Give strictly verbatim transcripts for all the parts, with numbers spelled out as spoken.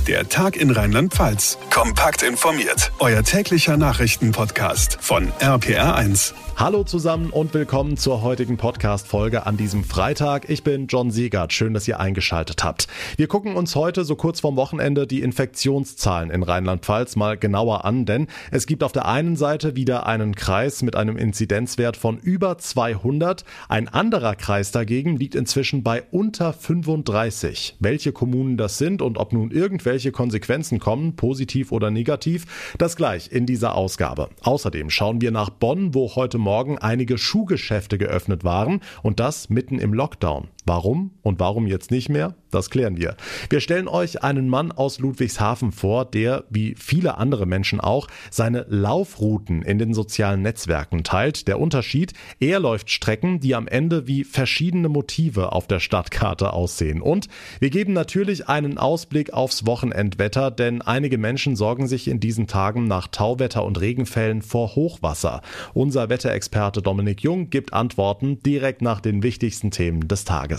Der Tag in Rheinland-Pfalz. Kompakt informiert. Euer täglicher Nachrichtenpodcast von R P R eins. Hallo zusammen und willkommen zur heutigen Podcast-Folge an diesem Freitag. Ich bin John Siegert. Schön, dass ihr eingeschaltet habt. Wir gucken uns heute so kurz vorm Wochenende die Infektionszahlen in Rheinland-Pfalz mal genauer an, denn es gibt auf der einen Seite wieder einen Kreis mit einem Inzidenzwert von über zweihundert. Ein anderer Kreis dagegen liegt inzwischen bei unter fünfunddreißig. Welche Kommunen das sind und ob nun irgendwelche Konsequenzen kommen, positiv oder negativ, das gleich in dieser Ausgabe. Außerdem schauen wir nach Bonn, wo heute Morgen einige Schuhgeschäfte geöffnet waren und das mitten im Lockdown. Warum und warum jetzt nicht mehr? Das klären wir. Wir stellen euch einen Mann aus Ludwigshafen vor, der, wie viele andere Menschen auch, seine Laufrouten in den sozialen Netzwerken teilt. Der Unterschied, er läuft Strecken, die am Ende wie verschiedene Motive auf der Stadtkarte aussehen. Und wir geben natürlich einen Ausblick aufs Wochenendwetter, denn einige Menschen sorgen sich in diesen Tagen nach Tauwetter und Regenfällen vor Hochwasser. Unser Wetterexperte Dominik Jung gibt Antworten direkt nach den wichtigsten Themen des Tages.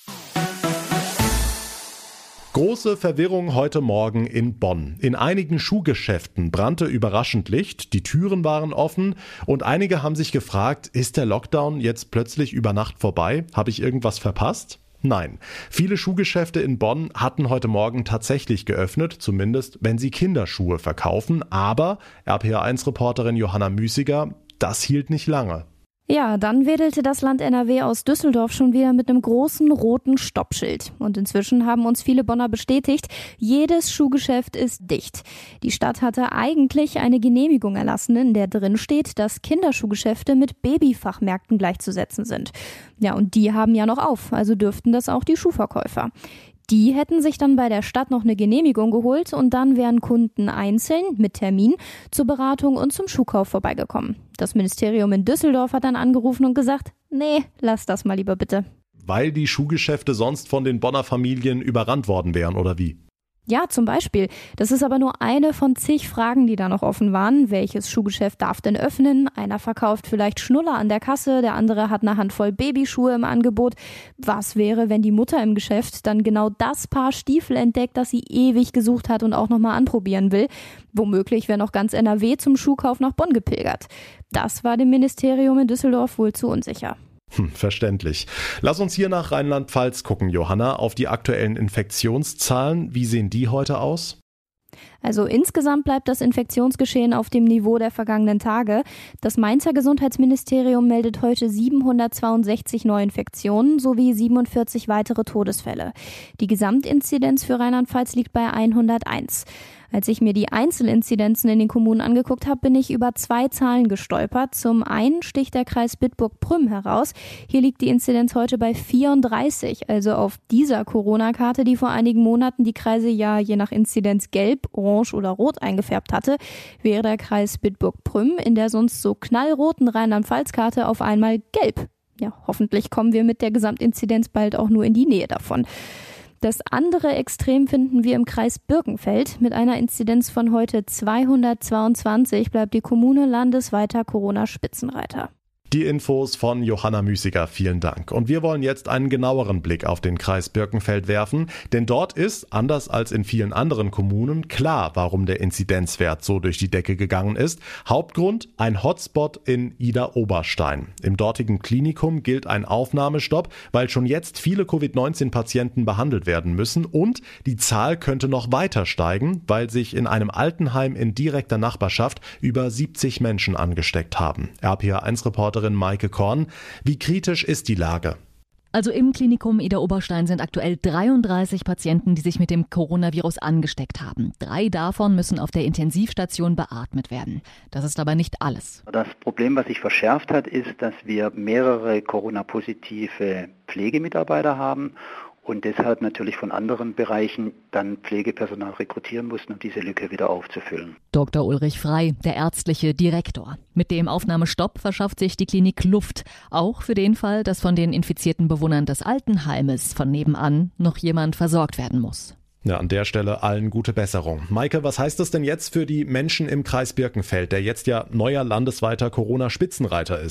Große Verwirrung heute Morgen in Bonn. In einigen Schuhgeschäften brannte überraschend Licht, die Türen waren offen und einige haben sich gefragt, ist der Lockdown jetzt plötzlich über Nacht vorbei? Habe ich irgendwas verpasst? Nein. Viele Schuhgeschäfte in Bonn hatten heute Morgen tatsächlich geöffnet, zumindest wenn sie Kinderschuhe verkaufen. Aber R P R eins Reporterin Johanna Müßiger, das hielt nicht lange. Ja, dann wedelte das Land N R W aus Düsseldorf schon wieder mit einem großen roten Stoppschild. Und inzwischen haben uns viele Bonner bestätigt, jedes Schuhgeschäft ist dicht. Die Stadt hatte eigentlich eine Genehmigung erlassen, in der drin steht, dass Kinderschuhgeschäfte mit Babyfachmärkten gleichzusetzen sind. Ja, und die haben ja noch auf, also dürften das auch die Schuhverkäufer. Die hätten sich dann bei der Stadt noch eine Genehmigung geholt und dann wären Kunden einzeln mit Termin zur Beratung und zum Schuhkauf vorbeigekommen. Das Ministerium in Düsseldorf hat dann angerufen und gesagt, nee, lass das mal lieber bitte. Weil die Schuhgeschäfte sonst von den Bonner Familien überrannt worden wären, oder wie? Ja, zum Beispiel. Das ist aber nur eine von zig Fragen, die da noch offen waren. Welches Schuhgeschäft darf denn öffnen? Einer verkauft vielleicht Schnuller an der Kasse, der andere hat eine Handvoll Babyschuhe im Angebot. Was wäre, wenn die Mutter im Geschäft dann genau das Paar Stiefel entdeckt, das sie ewig gesucht hat und auch nochmal anprobieren will? Womöglich wäre noch ganz N R W zum Schuhkauf nach Bonn gepilgert. Das war dem Ministerium in Düsseldorf wohl zu unsicher. Hm, verständlich. Lass uns hier nach Rheinland-Pfalz gucken, Johanna, auf die aktuellen Infektionszahlen. Wie sehen die heute aus? Also insgesamt bleibt das Infektionsgeschehen auf dem Niveau der vergangenen Tage. Das Mainzer Gesundheitsministerium meldet heute siebenhundertzweiundsechzig Neuinfektionen sowie siebenundvierzig weitere Todesfälle. Die Gesamtinzidenz für Rheinland-Pfalz liegt bei hunderteins. Als ich mir die Einzelinzidenzen in den Kommunen angeguckt habe, bin ich über zwei Zahlen gestolpert. Zum einen sticht der Kreis Bitburg-Prüm heraus. Hier liegt die Inzidenz heute bei vierunddreißig, also auf dieser Corona-Karte, die vor einigen Monaten die Kreise ja je nach Inzidenz gelb, orange oder rot eingefärbt hatte, wäre der Kreis Bitburg-Prüm in der sonst so knallroten Rheinland-Pfalz-Karte auf einmal gelb. Ja, hoffentlich kommen wir mit der Gesamtinzidenz bald auch nur in die Nähe davon. Das andere Extrem finden wir im Kreis Birkenfeld. Mit einer Inzidenz von heute zweihundertzweiundzwanzig bleibt die Kommune landesweiter Corona-Spitzenreiter. Die Infos von Johanna Müßiger, vielen Dank. Und wir wollen jetzt einen genaueren Blick auf den Kreis Birkenfeld werfen, denn dort ist, anders als in vielen anderen Kommunen, klar, warum der Inzidenzwert so durch die Decke gegangen ist. Hauptgrund, ein Hotspot in Idar-Oberstein. Im dortigen Klinikum gilt ein Aufnahmestopp, weil schon jetzt viele Covid neunzehn Patienten behandelt werden müssen und die Zahl könnte noch weiter steigen, weil sich in einem Altenheim in direkter Nachbarschaft über siebzig Menschen angesteckt haben. R P R eins Reporterin Maike Korn. Wie kritisch ist die Lage? Also im Klinikum Idar-Oberstein sind aktuell dreiunddreißig Patienten, die sich mit dem Coronavirus angesteckt haben. Drei davon müssen auf der Intensivstation beatmet werden. Das ist aber nicht alles. Das Problem, was sich verschärft hat, ist, dass wir mehrere Corona-positive Pflegemitarbeiter haben und deshalb natürlich von anderen Bereichen dann Pflegepersonal rekrutieren mussten, um diese Lücke wieder aufzufüllen. Doktor Ulrich Frei, der ärztliche Direktor. Mit dem Aufnahmestopp verschafft sich die Klinik Luft. Auch für den Fall, dass von den infizierten Bewohnern des Altenheimes von nebenan noch jemand versorgt werden muss. Ja, an der Stelle allen gute Besserung. Maike, was heißt das denn jetzt für die Menschen im Kreis Birkenfeld, der jetzt ja neuer landesweiter Corona-Spitzenreiter ist?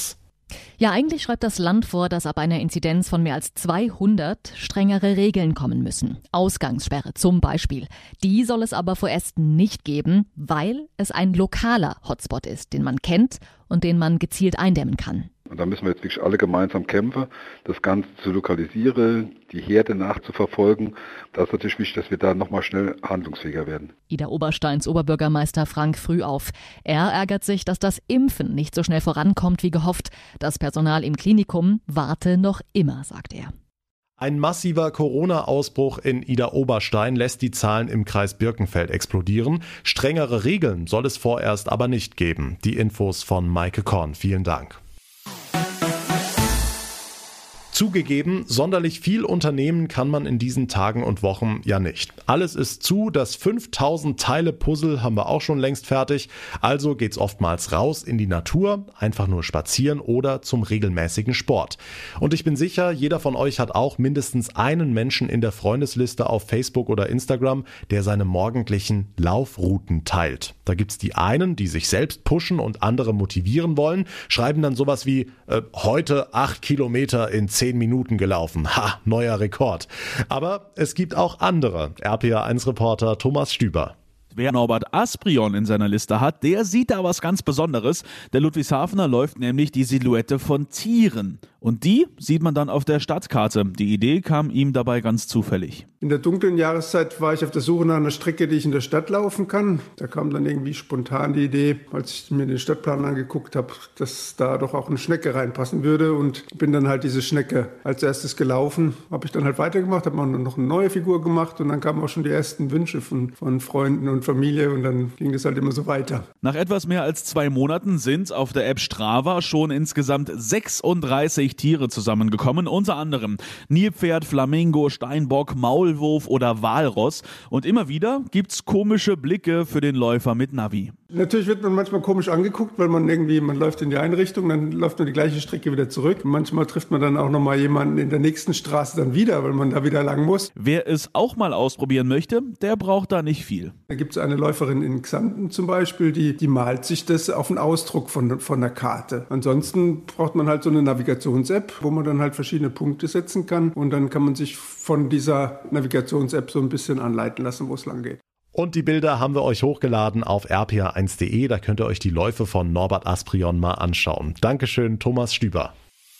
Ja, eigentlich schreibt das Land vor, dass ab einer Inzidenz von mehr als zweihundert strengere Regeln kommen müssen. Ausgangssperre zum Beispiel. Die soll es aber vorerst nicht geben, weil es ein lokaler Hotspot ist, den man kennt und den man gezielt eindämmen kann. Und da müssen wir jetzt wirklich alle gemeinsam kämpfen, das Ganze zu lokalisieren, die Herde nachzuverfolgen. Da ist natürlich wichtig, dass wir da nochmal schnell handlungsfähiger werden. Ida Obersteins Oberbürgermeister Frank Frühauf. Er ärgert sich, dass das Impfen nicht so schnell vorankommt wie gehofft. Das Personal im Klinikum warte noch immer, sagt er. Ein massiver Corona-Ausbruch in Ida Oberstein lässt die Zahlen im Kreis Birkenfeld explodieren. Strengere Regeln soll es vorerst aber nicht geben. Die Infos von Maike Korn. Vielen Dank. Zugegeben, sonderlich viel unternehmen kann man in diesen Tagen und Wochen ja nicht. Alles ist zu, das fünftausend Teile Puzzle haben wir auch schon längst fertig. Also geht's oftmals raus in die Natur, einfach nur spazieren oder zum regelmäßigen Sport. Und ich bin sicher, jeder von euch hat auch mindestens einen Menschen in der Freundesliste auf Facebook oder Instagram, der seine morgendlichen Laufrouten teilt. Da gibt's die einen, die sich selbst pushen und andere motivieren wollen, schreiben dann sowas wie äh, heute acht Kilometer in zehn Minuten gelaufen. Ha, neuer Rekord. Aber es gibt auch andere. R P A eins Reporter Thomas Stüber. Wer Norbert Asprion in seiner Liste hat, der sieht da was ganz Besonderes. Der Ludwigshafener läuft nämlich die Silhouette von Tieren. Und die sieht man dann auf der Stadtkarte. Die Idee kam ihm dabei ganz zufällig. In der dunklen Jahreszeit war ich auf der Suche nach einer Strecke, die ich in der Stadt laufen kann. Da kam dann irgendwie spontan die Idee, als ich mir den Stadtplan angeguckt habe, dass da doch auch eine Schnecke reinpassen würde. Und bin dann halt diese Schnecke als erstes gelaufen. Habe ich dann halt weitergemacht, habe man noch eine neue Figur gemacht und dann kamen auch schon die ersten Wünsche von, von Freunden und Familie und dann ging es halt immer so weiter. Nach etwas mehr als zwei Monaten sind auf der App Strava schon insgesamt sechsunddreißig Tiere zusammengekommen, unter anderem Nilpferd, Flamingo, Steinbock, Maulwurf oder Walross. Und immer wieder gibt's komische Blicke für den Läufer mit Navi. Natürlich wird man manchmal komisch angeguckt, weil man irgendwie, man läuft in die eine Richtung, dann läuft man die gleiche Strecke wieder zurück. Manchmal trifft man dann auch nochmal jemanden in der nächsten Straße dann wieder, weil man da wieder lang muss. Wer es auch mal ausprobieren möchte, der braucht da nicht viel. Da gibt es eine Läuferin in Xanten zum Beispiel, die, die malt sich das auf einen Ausdruck von, von der Karte. Ansonsten braucht man halt so eine Navigations-App, wo man dann halt verschiedene Punkte setzen kann und dann kann man sich von dieser Navigations-App so ein bisschen anleiten lassen, wo es lang geht. Und die Bilder haben wir euch hochgeladen auf r p a eins punkt de, da könnt ihr euch die Läufe von Norbert Asprion mal anschauen. Dankeschön, Thomas Stüber.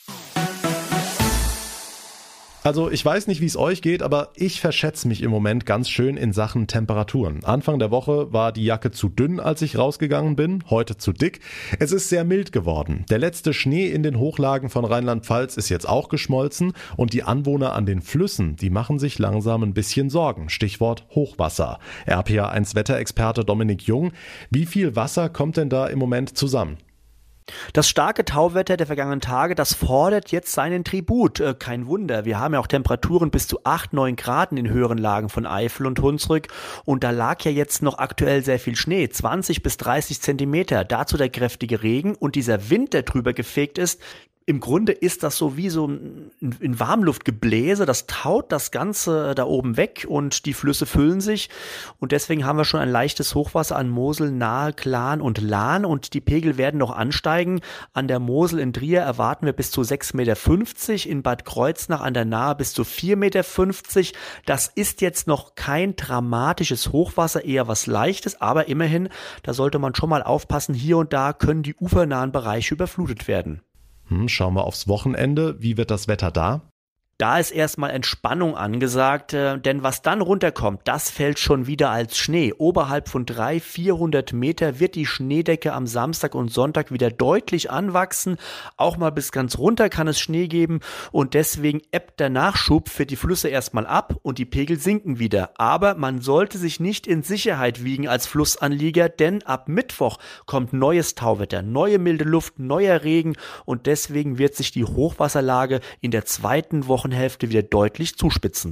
Also ich weiß nicht, wie es euch geht, aber ich verschätze mich im Moment ganz schön in Sachen Temperaturen. Anfang der Woche war die Jacke zu dünn, als ich rausgegangen bin, heute zu dick. Es ist sehr mild geworden. Der letzte Schnee in den Hochlagen von Rheinland-Pfalz ist jetzt auch geschmolzen und die Anwohner an den Flüssen, die machen sich langsam ein bisschen Sorgen. Stichwort Hochwasser. R P A eins Wetterexperte Dominik Jung, wie viel Wasser kommt denn da im Moment zusammen? Das starke Tauwetter der vergangenen Tage, das fordert jetzt seinen Tribut. Äh, kein Wunder, wir haben ja auch Temperaturen bis zu acht, neun Grad in den höheren Lagen von Eifel und Hunsrück. Und da lag ja jetzt noch aktuell sehr viel Schnee, zwanzig bis dreißig Zentimeter. Dazu der kräftige Regen und dieser Wind, der drüber gefegt ist. Im Grunde ist das so wie so ein, ein Warmluftgebläse, das taut das Ganze da oben weg und die Flüsse füllen sich und deswegen haben wir schon ein leichtes Hochwasser an Mosel, Nahe, Clan und Lahn und die Pegel werden noch ansteigen. An der Mosel in Trier erwarten wir bis zu sechs Komma fünfzig Meter, in Bad Kreuznach an der Nahe bis zu vier Komma fünfzig Meter. Das ist jetzt noch kein dramatisches Hochwasser, eher was Leichtes, aber immerhin, da sollte man schon mal aufpassen, hier und da können die ufernahen Bereiche überflutet werden. Hm, schauen wir aufs Wochenende. Wie wird das Wetter da? Da ist erstmal Entspannung angesagt, äh, denn was dann runterkommt, das fällt schon wieder als Schnee. Oberhalb von dreihundert, vierhundert Meter wird die Schneedecke am Samstag und Sonntag wieder deutlich anwachsen. Auch mal bis ganz runter kann es Schnee geben und deswegen ebbt der Nachschub für die Flüsse erstmal ab und die Pegel sinken wieder. Aber man sollte sich nicht in Sicherheit wiegen als Flussanlieger, denn ab Mittwoch kommt neues Tauwetter, neue milde Luft, neuer Regen und deswegen wird sich die Hochwasserlage in der zweiten Woche Hälfte wieder deutlich zuspitzen.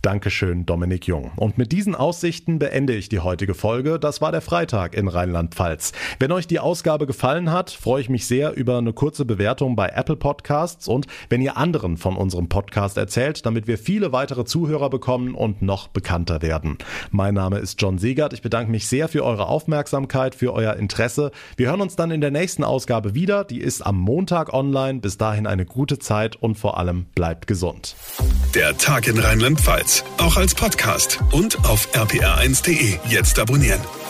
Dankeschön, Dominik Jung. Und mit diesen Aussichten beende ich die heutige Folge. Das war der Freitag in Rheinland-Pfalz. Wenn euch die Ausgabe gefallen hat, freue ich mich sehr über eine kurze Bewertung bei Apple Podcasts und wenn ihr anderen von unserem Podcast erzählt, damit wir viele weitere Zuhörer bekommen und noch bekannter werden. Mein Name ist John Siegert. Ich bedanke mich sehr für eure Aufmerksamkeit, für euer Interesse. Wir hören uns dann in der nächsten Ausgabe wieder. Die ist am Montag online. Bis dahin eine gute Zeit und vor allem bleibt gesund. Der Tag in Rheinland-Pfalz, auch als Podcast und auf r p r eins punkt d e. Jetzt abonnieren.